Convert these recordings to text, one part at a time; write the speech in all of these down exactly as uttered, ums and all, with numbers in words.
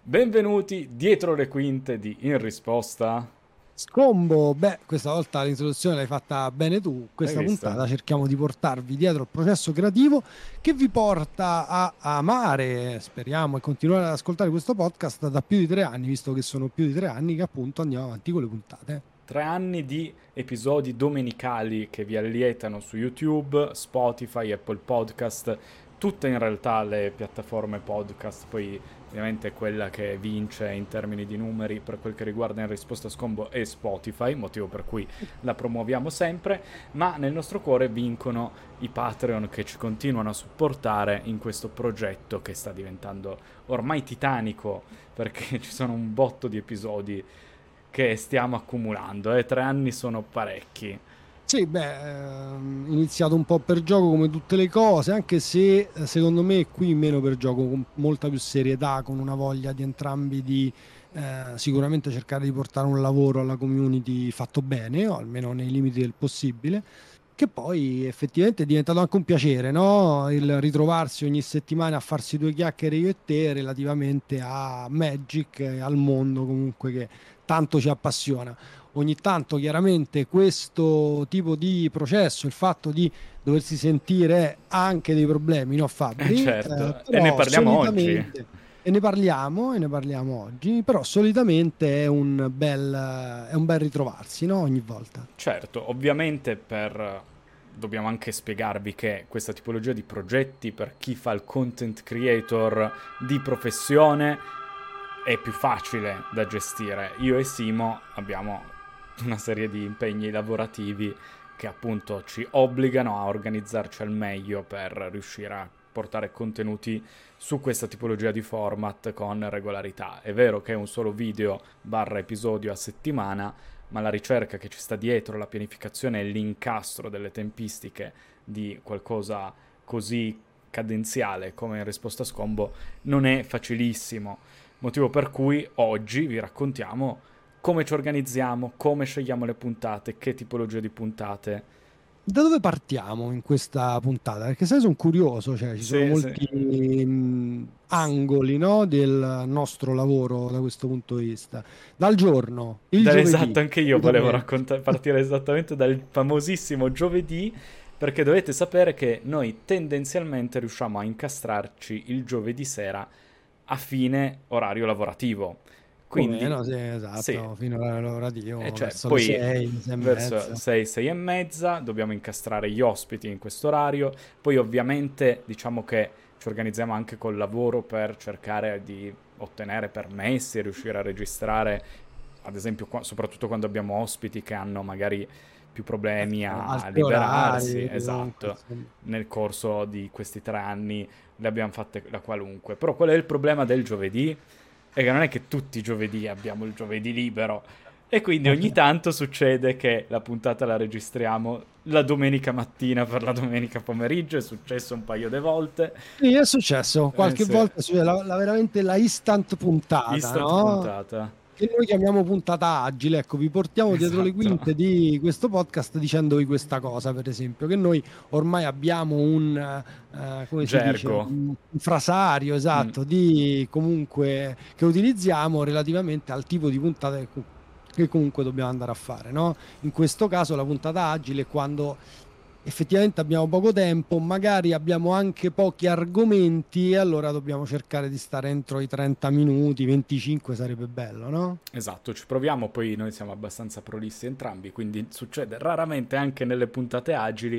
Benvenuti dietro le quinte di In Risposta. Scombo, beh, questa volta l'introduzione l'hai fatta bene tu. Hai Questa visto? puntata cerchiamo di portarvi dietro il processo creativo che vi porta a amare, speriamo, e continuare ad ascoltare questo podcast da più di tre anni, visto che sono più di tre anni che appunto andiamo avanti con le puntate. Tre anni di episodi domenicali che vi allietano su YouTube, Spotify, Apple Podcast, tutte in realtà le piattaforme podcast, poi ovviamente quella che vince in termini di numeri per quel che riguarda In Risposta Scombo è Spotify, motivo per cui la promuoviamo sempre, ma nel nostro cuore vincono i Patreon che ci continuano a supportare in questo progetto che sta diventando ormai titanico, perché ci sono un botto di episodi che stiamo accumulando, eh. Tre anni sono parecchi. Sì, beh, ehm, iniziato un po' per gioco come tutte le cose, anche se eh, secondo me qui meno per gioco, con molta più serietà, con una voglia di entrambi di eh, sicuramente cercare di portare un lavoro alla community fatto bene, o almeno nei limiti del possibile, che poi effettivamente è diventato anche un piacere, no? Il ritrovarsi ogni settimana a farsi due chiacchiere io e te relativamente a Magic e al mondo comunque che tanto ci appassiona. Ogni tanto chiaramente questo tipo di processo, il fatto di doversi sentire ha anche dei problemi, no Eh Fabri? Eh, certo, e ne però parliamo oggi. solitamente, e ne parliamo, e ne parliamo oggi, però solitamente è un bel, è un bel ritrovarsi, no? Ogni volta. Certo, ovviamente per... dobbiamo anche spiegarvi che questa tipologia di progetti per chi fa il content creator di professione è più facile da gestire. Io e Simo abbiamo una serie di impegni lavorativi che appunto ci obbligano a organizzarci al meglio per riuscire a portare contenuti su questa tipologia di format con regolarità. È vero che è un solo video barra episodio a settimana, ma la ricerca che ci sta dietro, la pianificazione e l'incastro delle tempistiche di qualcosa così cadenziale come In Risposta Scombo non è facilissimo. Motivo per cui oggi vi raccontiamo come ci organizziamo, come scegliamo le puntate, che tipologia di puntate. Da dove partiamo in questa puntata? Perché sai, sono curioso, cioè ci sono Se, se... molti mh, angoli, no, del nostro lavoro da questo punto di vista. Dal giorno, il Da, giovedì, esatto, anche io volevo solitamente. racconta- partire esattamente dal famosissimo giovedì, perché dovete sapere che noi tendenzialmente riusciamo a incastrarci il giovedì sera a fine orario lavorativo. Più o Quindi, meno, sì, sì, esatto, fino all'orario e lavorativo, cioè, verso le poi sei, sei e verso mezza. sei, sei e mezza dobbiamo incastrare gli ospiti in questo orario. Poi ovviamente diciamo che ci organizziamo anche col lavoro per cercare di ottenere permessi e riuscire a registrare, ad esempio, qua- soprattutto quando abbiamo ospiti che hanno magari più problemi Certo, a altri liberarsi, orari, comunque, esatto. insomma. Nel corso di questi tre anni le abbiamo fatte da qualunque. Però qual è il problema del giovedì? È che non è che tutti i giovedì abbiamo il giovedì libero. E quindi ogni tanto succede che la puntata la registriamo la domenica mattina per la domenica pomeriggio, è successo un paio di volte. Sì, è successo Eh qualche sì, volta, succede la, la- veramente la instant puntata, instant no? puntata. Che noi chiamiamo puntata agile. Ecco, vi portiamo dietro le Esatto. quinte di questo podcast dicendovi questa cosa, per esempio, che noi ormai abbiamo un, eh, come si dice, Gergo. un un frasario Mm. esatto di comunque che utilizziamo relativamente al tipo di puntata che, che comunque dobbiamo andare a fare, no? In questo caso la puntata agile è quando effettivamente abbiamo poco tempo, magari abbiamo anche pochi argomenti e allora dobbiamo cercare di stare entro i trenta minuti, venticinque sarebbe bello, no? Esatto, ci proviamo, poi noi siamo abbastanza prolissi entrambi, quindi succede raramente anche nelle puntate agili,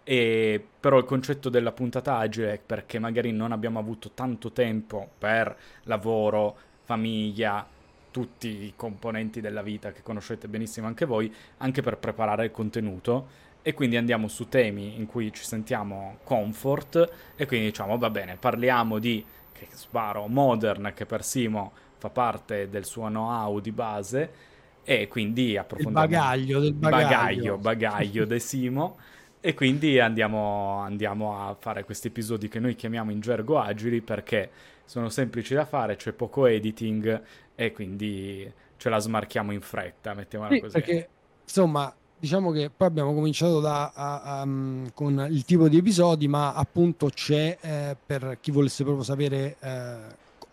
e però il concetto della puntata agile è perché magari non abbiamo avuto tanto tempo per lavoro, famiglia, tutti i componenti della vita che conoscete benissimo anche voi, anche per preparare il contenuto, e quindi andiamo su temi in cui ci sentiamo comfort e quindi diciamo va bene, parliamo di, che sparo, Modern, che per Simo fa parte del suo know-how di base, e quindi Del approfondiamo bagaglio, del bagaglio, bagaglio. bagaglio de Simo, e quindi andiamo, andiamo a fare questi episodi che noi chiamiamo in gergo agili perché sono semplici da fare, c'è poco editing e quindi ce la smarchiamo in fretta, mettiamola Sì, così. perché insomma, diciamo che poi abbiamo cominciato da, a- a- mm, con il tipo di episodi, ma appunto c'è, eh, per chi volesse proprio sapere, eh,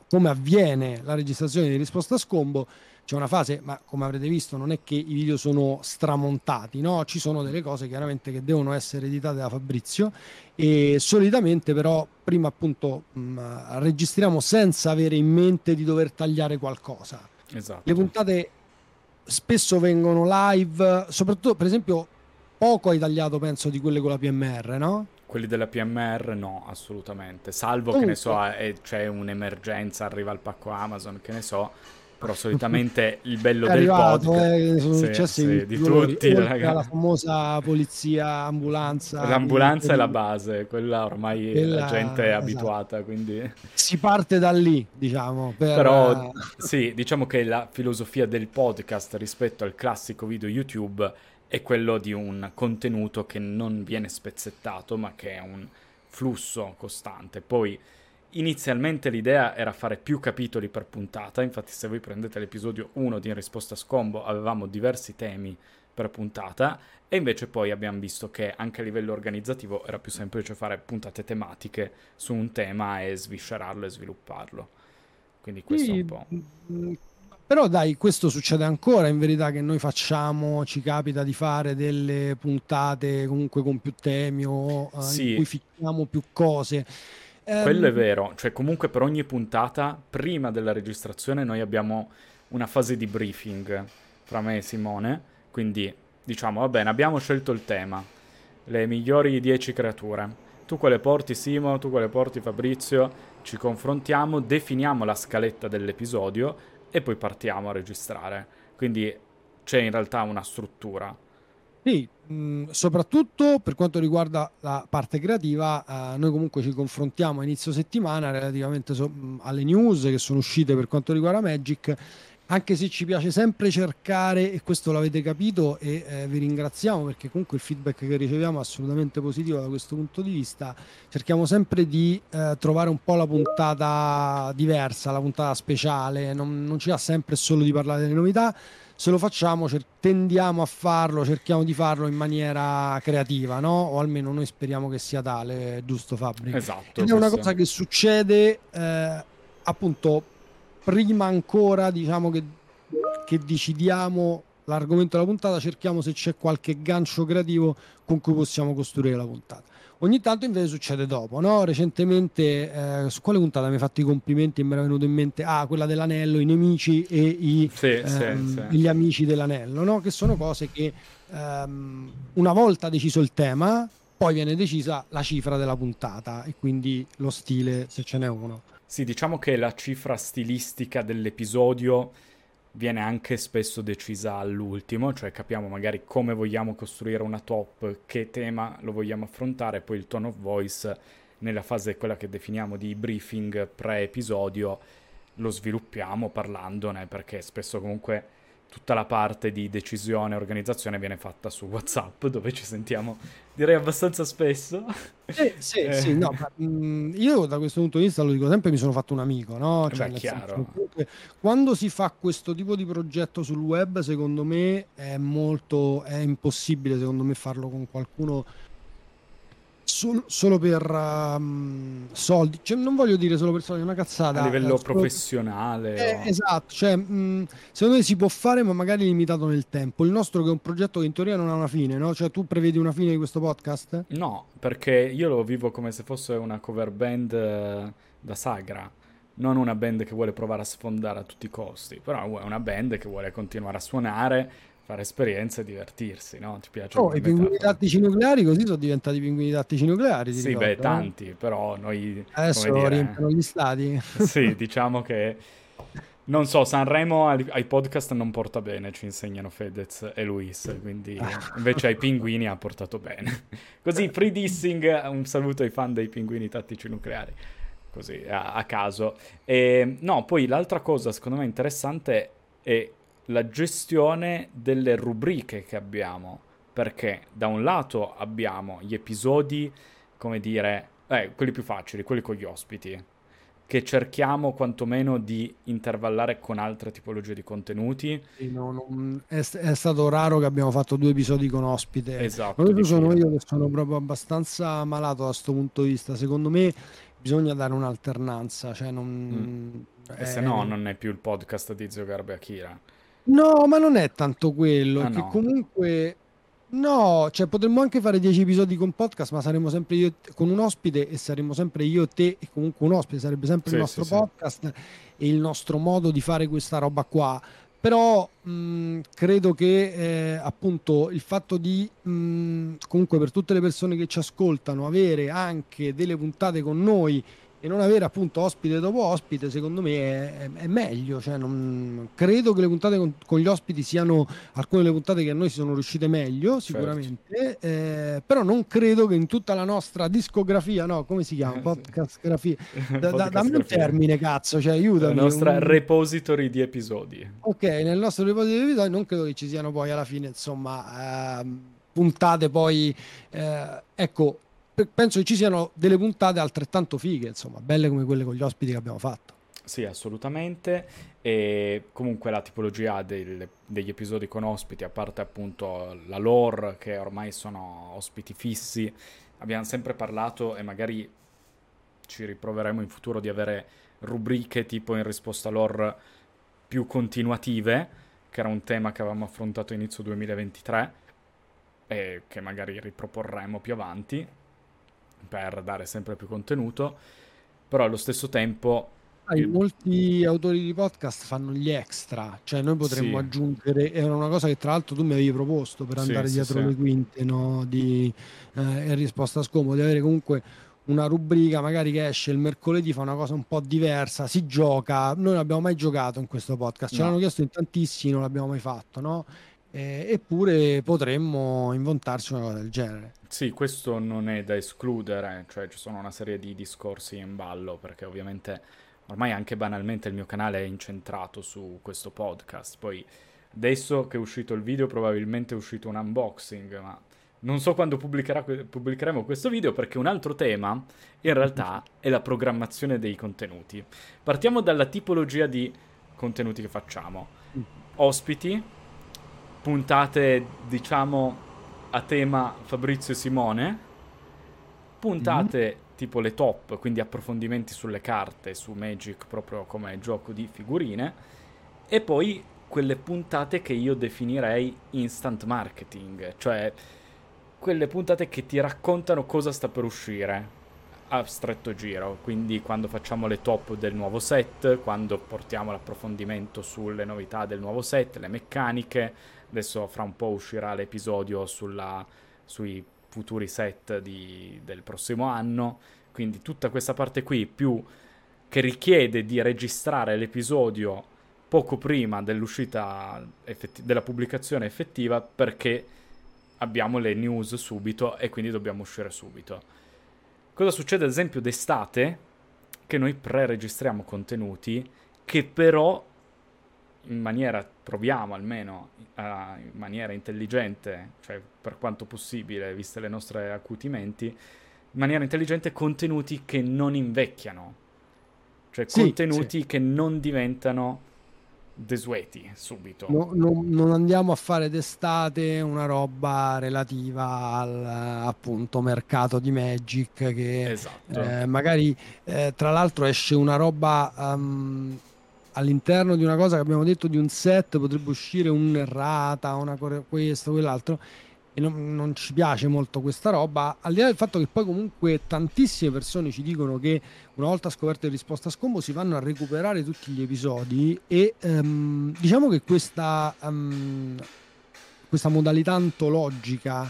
come avviene la registrazione di Risposta a Scombo. C'è una fase, ma come avrete visto non è che i video sono stramontati, no? Ci sono delle cose chiaramente che devono essere editate da Fabrizio, e solitamente però prima appunto mh, registriamo senza avere in mente di dover tagliare qualcosa. Esatto. Le puntate spesso vengono live, soprattutto per esempio poco hai tagliato penso di quelle con la P M R, no? Quelli della P M R no, assolutamente, salvo Comunque, che ne so, eh, c'è un'emergenza, arriva il pacco Amazon, che ne so, però solitamente il bello è del arrivato, podcast eh, sono sì, successi sì, di colori, tutti, oltre ragazzi. alla famosa polizia, ambulanza. L'ambulanza di... è la base, quella ormai quella, la gente è esatto, abituata, quindi... Si parte da lì, diciamo. Per... Però sì, diciamo che la filosofia del podcast rispetto al classico video YouTube è quello di un contenuto che non viene spezzettato, ma che è un flusso costante. Poi inizialmente l'idea era fare più capitoli per puntata, infatti se voi prendete l'episodio uno di In Risposta a Scombo avevamo diversi temi per puntata, e invece poi abbiamo visto che anche a livello organizzativo era più semplice fare puntate tematiche su un tema e sviscerarlo e svilupparlo. Quindi questo sì, è un po'... però dai, questo succede ancora in verità, che noi facciamo, ci capita di fare delle puntate comunque con più temi o uh, Sì, in cui ficchiamo più cose. quello è Um, vero, cioè comunque per ogni puntata, prima della registrazione, noi abbiamo una fase di briefing tra me e Simone, quindi diciamo, va bene, abbiamo scelto il tema, le migliori dieci creature. Tu quale porti Simo, tu quale porti Fabrizio, ci confrontiamo, definiamo la scaletta dell'episodio e poi partiamo a registrare. Quindi c'è in realtà una struttura. Sì, mh, soprattutto per quanto riguarda la parte creativa, eh, noi comunque ci confrontiamo a inizio settimana relativamente so- mh, alle news che sono uscite per quanto riguarda Magic, anche se ci piace sempre cercare, e questo l'avete capito e eh, vi ringraziamo perché comunque il feedback che riceviamo è assolutamente positivo da questo punto di vista. Cerchiamo sempre di eh, trovare un po' la puntata diversa, la puntata speciale, non, non ci va sempre solo di parlare delle novità. Se lo facciamo, cer- tendiamo a farlo, cerchiamo di farlo in maniera creativa, no? O almeno noi speriamo che sia tale, giusto Fabri? Esatto, Ed è una questo. cosa che succede eh, appunto prima ancora, diciamo che, che decidiamo l'argomento della puntata, cerchiamo se c'è qualche gancio creativo con cui possiamo costruire la puntata. Ogni tanto invece succede dopo, no? Recentemente, eh, su quale puntata mi hai fatto i complimenti e mi era venuto in mente, ah, quella dell'anello, i nemici e i, Sì, ehm, sì, sì. e gli amici dell'anello, no? Che sono cose che ehm, una volta deciso il tema, poi viene decisa la cifra della puntata e quindi lo stile, se ce n'è uno. Sì, diciamo che la cifra stilistica dell'episodio viene anche spesso decisa all'ultimo, cioè capiamo magari come vogliamo costruire una top, che tema lo vogliamo affrontare, poi il tone of voice nella fase quella che definiamo di briefing pre-episodio lo sviluppiamo parlandone, perché spesso comunque tutta la parte di decisione e organizzazione viene fatta su WhatsApp, dove ci sentiamo direi abbastanza spesso. Eh, sì, Eh, sì, no, ma, mh, io da questo punto di vista lo dico sempre, mi sono fatto un amico, no? Cioè, Beh, nel senso, chiaro. comunque, quando si fa questo tipo di progetto sul web, secondo me è molto, è impossibile, secondo me, farlo con qualcuno sol- solo per um, soldi. Cioè, non voglio dire solo per soldi, è una A cazzata. livello eh, solo- professionale eh, o... esatto, cioè, mh, secondo me si può fare, ma magari limitato nel tempo. Il nostro che è un progetto che in teoria non ha una fine, no? Cioè, tu prevedi una fine di questo podcast? No, perché io lo vivo come se fosse una cover band eh, da sagra, non una band che vuole provare a sfondare a tutti i costi, però è una band che vuole continuare a suonare, fare esperienze e divertirsi, no? Ti piace Oh, come i pinguini metafora? tattici nucleari così sono diventati i pinguini tattici nucleari, ti Sì, ricordo, beh, eh? tanti, però noi, come Adesso dire, riempiono gli stadi. sì, diciamo che, non so, Sanremo ai, ai podcast non porta bene, ci insegnano Fedez e Luis, quindi invece ai pinguini ha portato bene. Così, free dissing, un saluto ai fan dei pinguini tattici nucleari, così, a, a caso. E, no, poi l'altra cosa, secondo me, interessante è la gestione delle rubriche che abbiamo, perché da un lato abbiamo gli episodi, come dire, eh, quelli più facili, quelli con gli ospiti, che cerchiamo quantomeno di intervallare con altre tipologie di contenuti. Sì, no, non- è, è stato raro che abbiamo fatto due episodi con ospite. Ma Esatto, di questo sono fila. io che sono proprio abbastanza malato da questo punto di vista. Secondo me bisogna dare un'alternanza, cioè Mm. non, E se no non è più il podcast di Zio Garbo e Akira. No, ma non è tanto quello, Ah, che no. comunque no, cioè potremmo anche fare dieci episodi con podcast, ma saremmo sempre io e te- con un ospite e saremmo sempre io e te e comunque un ospite, sarebbe sempre il Sì, sì, nostro sì. podcast e il nostro modo di fare questa roba qua. Però mh, credo che eh, appunto il fatto di mh, comunque per tutte le persone che ci ascoltano avere anche delle puntate con noi e non avere appunto ospite dopo ospite, secondo me è, è- è meglio. Cioè, non- credo che le puntate con, con gli ospiti siano alcune delle puntate che a noi si sono riuscite meglio, Certo. sicuramente, eh, però non credo che in tutta la nostra discografia, no, come si chiama? Sì. Podcastgrafia. Da, da, dammi un Podcastgrafia. termine, cazzo, cioè La aiutami. nostra un- repository di episodi. Ok, nel nostro riposo di episodi non credo che ci siano poi alla fine, insomma, ehm, puntate poi, eh, ecco, pe- penso che ci siano delle puntate altrettanto fighe, insomma, belle come quelle con gli ospiti che abbiamo fatto. Sì, assolutamente. E comunque la tipologia del- degli episodi con ospiti, a parte appunto la lore, che ormai sono ospiti fissi, abbiamo sempre parlato e magari ci riproveremo in futuro di avere rubriche tipo in risposta lore più continuative, che era un tema che avevamo affrontato inizio duemilaventitré e che magari riproporremo più avanti per dare sempre più contenuto, però allo stesso tempo Sai, il... molti autori di podcast fanno gli extra, cioè noi potremmo Sì, aggiungere, era una cosa che tra l'altro tu mi avevi proposto per sì, andare sì, dietro sì. le quinte, no? Di eh, e risposta scomoda, di avere comunque una rubrica magari che esce il mercoledì, fa una cosa un po' diversa, si gioca, noi non abbiamo mai giocato in questo podcast, ce No, l'hanno chiesto in tantissimi, non l'abbiamo mai fatto, no? Eh, eppure potremmo inventarci una cosa del genere. sì, questo non è da escludere, cioè ci sono una serie di discorsi in ballo, perché ovviamente ormai anche banalmente il mio canale è incentrato su questo podcast. Poi adesso che è uscito il video probabilmente è uscito un unboxing, ma non so quando pubblicherà que- pubblicheremo questo video perché un altro tema in realtà è la programmazione dei contenuti. Partiamo dalla tipologia di contenuti che facciamo. Ospiti, puntate diciamo a tema Fabrizio e Simone, Mm. puntate tipo le top, quindi approfondimenti sulle carte, su Magic proprio come gioco di figurine, e poi quelle puntate che io definirei instant marketing, cioè quelle puntate che ti raccontano cosa sta per uscire a stretto giro, quindi quando facciamo le top del nuovo set, quando portiamo l'approfondimento sulle novità del nuovo set, le meccaniche, adesso fra un po' uscirà l'episodio sulla, sui futuri set di- del prossimo anno, quindi tutta questa parte qui più che richiede di registrare l'episodio poco prima dell'uscita effetti- della pubblicazione effettiva perché abbiamo le news subito e quindi dobbiamo uscire subito. Cosa succede ad esempio d'estate? Che noi pre-registriamo contenuti che però in maniera, proviamo almeno uh, in maniera intelligente, cioè per quanto possibile, viste le nostre acutimenti, in maniera intelligente contenuti che non invecchiano, cioè Sì, sì. contenuti che non diventano desueti subito. No- no- non andiamo a fare d'estate una roba relativa al appunto mercato di Magic che Esatto. eh, magari eh, tra l'altro esce una roba ehm, all'interno di una cosa che abbiamo detto di un set potrebbe uscire un'errata, una core- questo, quell'altro e non, non ci piace molto questa roba, al di là del fatto che poi comunque tantissime persone ci dicono che una volta scoperto il risposta a scombo si vanno a recuperare tutti gli episodi e ehm, diciamo che questa, ehm, questa modalità antologica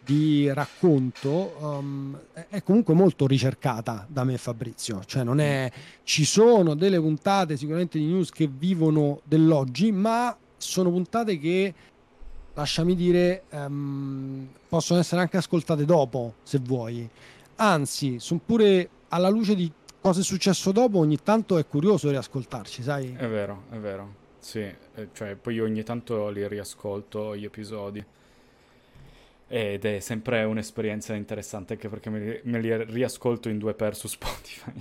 di racconto ehm, è è comunque molto ricercata da me e Fabrizio, cioè non Mm. è, ci sono delle puntate sicuramente di news che vivono dell'oggi, ma sono puntate che lasciami dire, ehm, possono essere anche ascoltate dopo, se vuoi. Anzi, sono pure alla luce di cosa è successo dopo, ogni tanto è curioso riascoltarci, sai? È vero, è vero. Sì, eh, cioè poi io ogni tanto li riascolto gli episodi. Ed è sempre un'esperienza interessante anche perché me li, me li riascolto in due per su Spotify.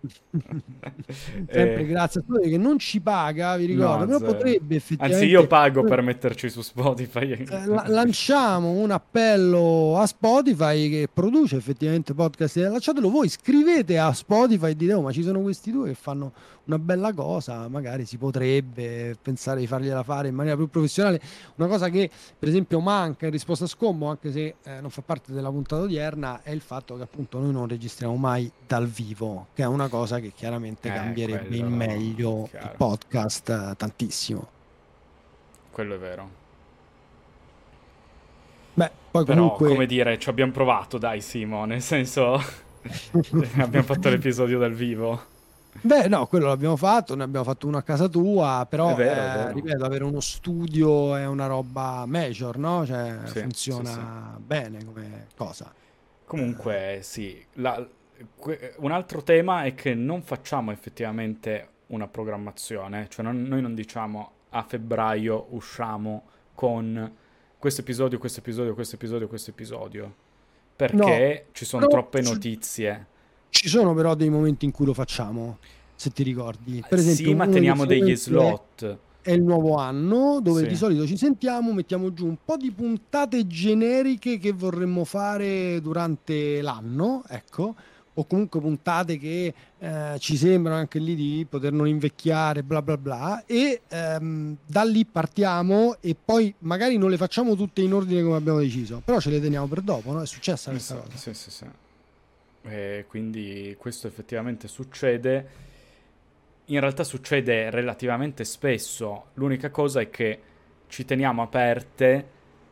Sempre E... grazie a Spotify che non ci paga, vi ricordo, No, però zero. potrebbe Anzi, io effettivamente. pago per metterci su Spotify. Eh, la- lanciamo un appello a Spotify che produce effettivamente podcast, lanciatelo voi, scrivete a Spotify e dite oh, ma ci sono questi due che fanno una bella cosa, magari si potrebbe pensare di fargliela fare in maniera più professionale. Una cosa che per esempio manca in risposta a Scombo, anche se eh, non fa parte della puntata odierna, è il fatto che appunto noi non registriamo mai dal vivo, che è una cosa che chiaramente Eh, cambierebbe in quello... meglio il chiaro. podcast eh, tantissimo. Quello è vero. Beh, poi Però, come comunque dire, ci abbiamo provato, dai, Simo, nel senso... abbiamo fatto l'episodio dal vivo. beh, no, quello l'abbiamo fatto, ne abbiamo fatto uno a casa tua, È però, vero, è eh, vero. ripeto, avere uno studio è una roba major, no? Cioè, Sì, sì, sì. funziona bene come cosa. Eh, Comunque, sì, la- que- un altro tema è che non facciamo effettivamente una programmazione, cioè non- noi non diciamo a febbraio usciamo con questo episodio, questo episodio, questo episodio, questo episodio, no, perché ci sono però troppe ci, notizie. ci sono però dei momenti in cui lo facciamo, se ti ricordi. Per esempio, Sì, ma uno di teniamo questi degli momenti è, slot. è il nuovo anno, dove di Sì, solito ci sentiamo, mettiamo giù un po' di puntate generiche che vorremmo fare durante l'anno, ecco, o comunque puntate che eh, ci sembrano anche lì di poter non invecchiare, bla bla bla, e ehm, da lì partiamo e poi magari non le facciamo tutte in ordine come abbiamo deciso, però ce le teniamo per dopo, no? È successa eh questa sì, cosa. sì, sì, sì. E quindi questo effettivamente succede. In realtà succede relativamente spesso. L'unica cosa è che ci teniamo aperte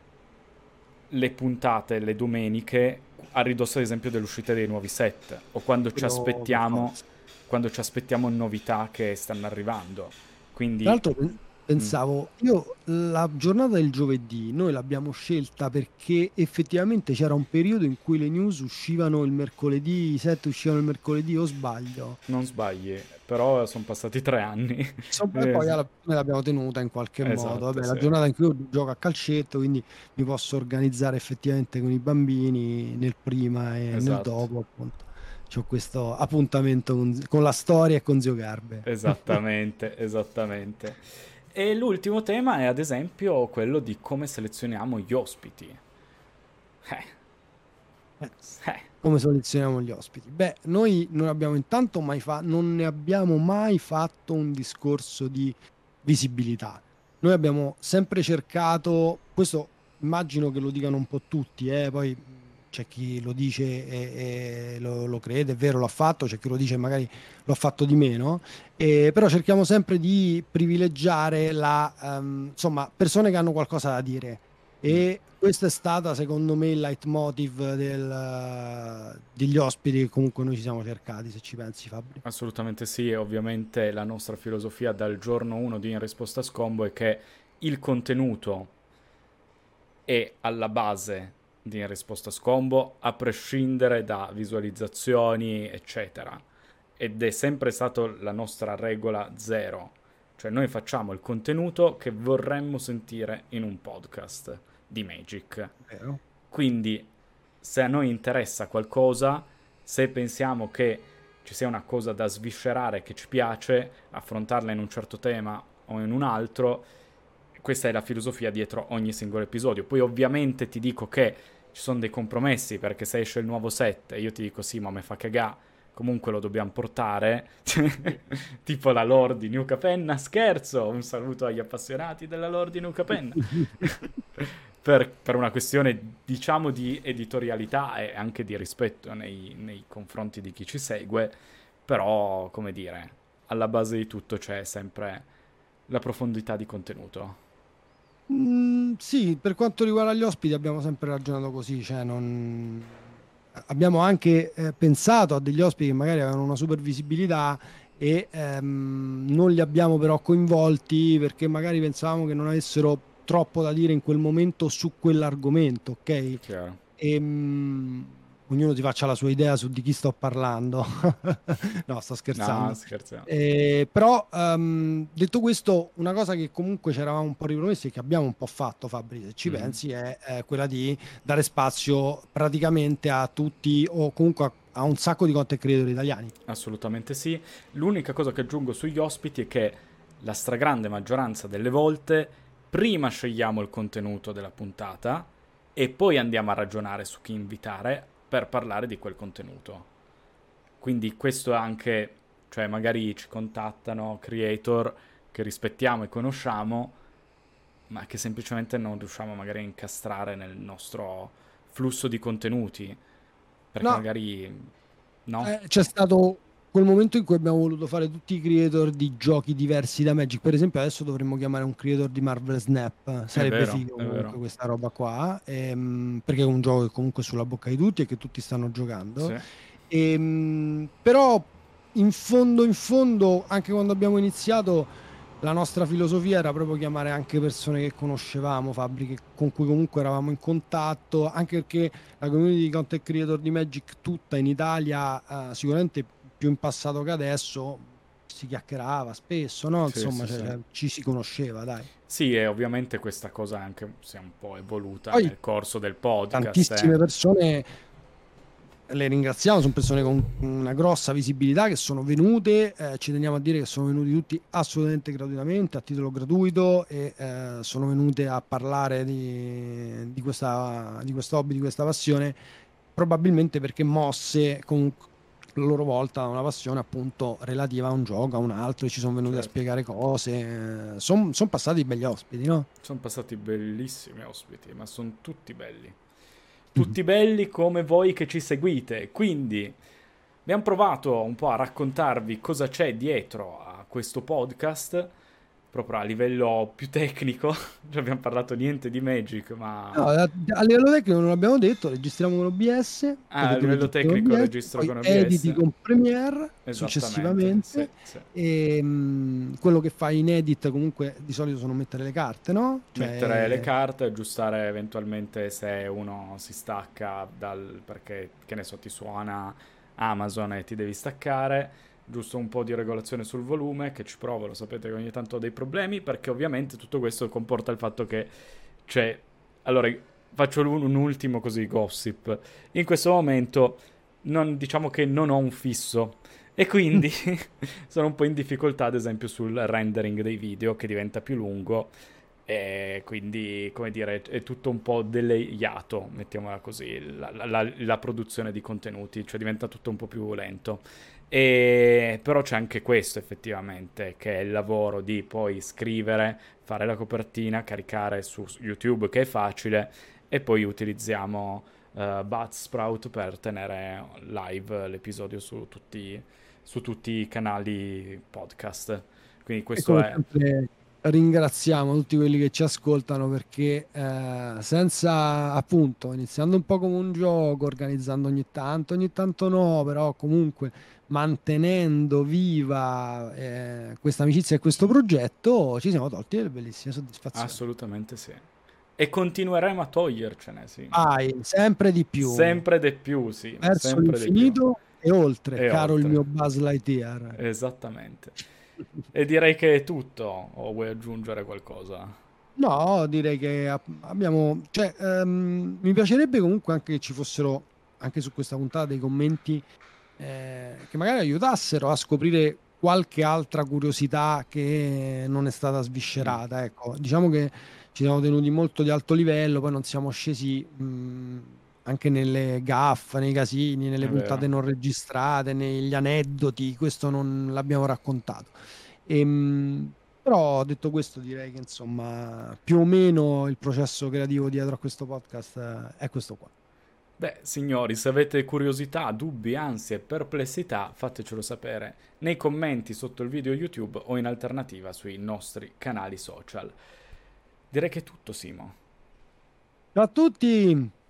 le puntate, le domeniche, a ridosso ad esempio dell'uscita dei nuovi set, o quando ci Quello per aspettiamo, forza. quando ci aspettiamo novità che stanno arrivando. Tra Quindi, l'altro pen- mm, pensavo, io la giornata del giovedì noi l'abbiamo scelta perché effettivamente c'era un periodo in cui le news uscivano il mercoledì, i set uscivano il mercoledì, o sbaglio? non sbagli, però sono passati tre anni. Insomma, e Eh, poi sì. alla fine l'abbiamo tenuta in qualche modo. Esatto, Vabbè, la sì. giornata in cui io gioco a calcetto, quindi mi posso organizzare effettivamente con i bambini nel prima e nel Esatto. dopo, appunto. C'ho questo appuntamento con, con la storia e con Zio Garbe. Esattamente, esattamente. E l'ultimo tema è ad esempio quello di come selezioniamo gli ospiti. Eh, Eh. eh, Come selezioniamo gli ospiti? Beh, noi non abbiamo intanto mai fa- non ne abbiamo mai fatto un discorso di visibilità. Noi abbiamo sempre cercato, questo immagino che lo dicano un po' tutti, eh, poi mh, c'è chi lo dice e, e lo, lo crede, è vero, l'ha fatto, c'è chi lo dice e magari lo ha fatto di meno, eh, però cerchiamo sempre di privilegiare la, ehm, insomma, persone che hanno qualcosa da dire. mm, E questo è stata, secondo me, il leitmotiv del- degli ospiti che comunque noi ci siamo cercati, se ci pensi, Fabri. assolutamente sì, e ovviamente la nostra filosofia dal giorno uno di In Risposta a Scombo è che il contenuto è alla base di In Risposta a Scombo, a prescindere da visualizzazioni, eccetera. Ed è sempre stata la nostra regola zero. Cioè noi facciamo il contenuto che vorremmo sentire in un podcast di Magic. Vero? Quindi se a noi interessa qualcosa, se pensiamo che ci sia una cosa da sviscerare che ci piace, affrontarla in un certo tema o in un altro, questa è la filosofia dietro ogni singolo episodio. Poi ovviamente ti dico che ci sono dei compromessi, perché se esce il nuovo set e io ti dico sì, ma me fa cagà, comunque lo dobbiamo portare, tipo la lore di New Capenna, scherzo, un saluto agli appassionati della lore di New Capenna. per, per una questione, diciamo, di editorialità e anche di rispetto nei, nei confronti di chi ci segue, però, come dire, alla base di tutto c'è sempre la profondità di contenuto. Mm, sì, per quanto riguarda gli ospiti abbiamo sempre ragionato così, cioè non... abbiamo anche eh, pensato a degli ospiti che magari avevano una super visibilità e ehm, non li abbiamo però coinvolti perché magari pensavamo che non avessero troppo da dire in quel momento su quell'argomento, ok? Chiaro. E, mm, ognuno si faccia la sua idea su di chi sto parlando. No, sto No, scherzando. scherziamo. Eh, però, ehm, detto questo, una cosa che comunque ci eravamo un po' ripromessi e che abbiamo un po' fatto, Fabri, se ci Mhm. pensi, è, eh, quella di dare spazio praticamente a tutti o comunque a, a un sacco di content creator italiani. Assolutamente sì. L'unica cosa che aggiungo sugli ospiti è che la stragrande maggioranza delle volte prima scegliamo il contenuto della puntata e poi andiamo a ragionare su chi invitare per parlare di quel contenuto. Quindi questo è anche cioè magari ci contattano creator che rispettiamo e conosciamo, ma che semplicemente non riusciamo magari a incastrare nel nostro flusso di contenuti, perché No, magari no? eh, c'è stato quel momento in cui abbiamo voluto fare tutti i creator di giochi diversi da Magic. Per esempio, adesso dovremmo chiamare un creator di Marvel Snap. È Sarebbe vero, figo è comunque vero. questa roba qua, ehm, perché è un gioco che comunque è sulla bocca di tutti e che tutti stanno giocando. Sì, Ehm, però in fondo, in fondo, anche quando abbiamo iniziato, la nostra filosofia era proprio chiamare anche persone che conoscevamo, fabbriche con cui comunque eravamo in contatto, anche perché la community di content creator di Magic tutta in Italia, eh, sicuramente più in passato che adesso, si chiacchierava spesso, no? sì, Insomma, sì, cioè, sì. cioè, ci si conosceva, dai. Sì, e ovviamente questa cosa anche si è un po' evoluta Poi nel corso del podcast, tantissime eh. persone le ringraziamo, sono persone con una grossa visibilità che sono venute, eh, ci teniamo a dire che sono venuti tutti assolutamente gratuitamente, a titolo gratuito e eh, sono venute a parlare di, di questa, di questo hobby, di questa passione, probabilmente perché mosse con la loro volta da una passione appunto relativa a un gioco, a un altro, e ci sono venuti a Certo. spiegare cose. Sono passati begli ospiti, no? Sono passati bellissimi ospiti, ma sono tutti belli. Tutti belli come voi che ci seguite. Quindi abbiamo provato un po' a raccontarvi cosa c'è dietro a questo podcast, proprio a livello più tecnico. Non abbiamo parlato niente di Magic, No, ma a, a livello tecnico non l'abbiamo detto, registriamo con O B S, ah, a potete livello registrare con tecnico O B S, registro poi con O B S. editi con Premiere Esattamente, sì, successivamente sì. e mh, quello che fai in edit comunque di solito sono mettere le carte, no? Mettere le Cioè, carte, aggiustare eventualmente se uno si stacca dal perché, che ne so, ti suona Amazon e ti devi staccare, giusto un po' di regolazione sul volume, che ci provo, lo sapete che ogni tanto ho dei problemi, perché ovviamente tutto questo comporta il fatto che c'è... Allora, faccio un, un ultimo così gossip. In questo momento non, diciamo che non ho un fisso e quindi sono un po' in difficoltà, ad esempio, sul rendering dei video, che diventa più lungo e quindi, come dire, è tutto un po' delayato, mettiamola così, la, la- la- la produzione di contenuti, cioè diventa tutto un po' più lento. E però c'è anche questo effettivamente, che è il lavoro di poi scrivere, fare la copertina, caricare su YouTube, che è facile, e poi utilizziamo uh, Buzzsprout per tenere live l'episodio su tutti, su tutti i canali podcast. Quindi e questo come è... sempre ringraziamo tutti quelli che ci ascoltano perché eh, senza appunto iniziando un po' come un gioco, organizzando ogni tanto, ogni tanto no, però comunque mantenendo viva eh, questa amicizia e questo progetto, ci siamo tolti delle bellissime soddisfazioni. Assolutamente sì. E continueremo a togliercene, sì. Vai, sempre di più, Sempre di più, sì, ma verso sempre di più. l'infinito e oltre, E caro il mio oltre. Buzz Lightyear. Esattamente. E direi che è tutto. O vuoi aggiungere qualcosa? No, direi che ab- abbiamo, cioè, ehm, mi piacerebbe comunque anche che ci fossero anche su questa puntata dei commenti eh, che magari aiutassero a scoprire qualche altra curiosità che non è stata Mm, sviscerata. Ecco, diciamo che ci siamo tenuti molto di alto livello, poi non siamo scesi mh, anche nelle gaffe, nei casini, nelle è puntate vero. non registrate, negli aneddoti, questo non l'abbiamo raccontato. Ehm, Però detto questo, direi che insomma più o meno il processo creativo dietro a questo podcast eh, è questo qua. Beh, signori, se avete curiosità, dubbi, ansie, perplessità, fatecelo sapere nei commenti sotto il video YouTube o in alternativa sui nostri canali social. Direi che è tutto, Simo. Ciao a tutti!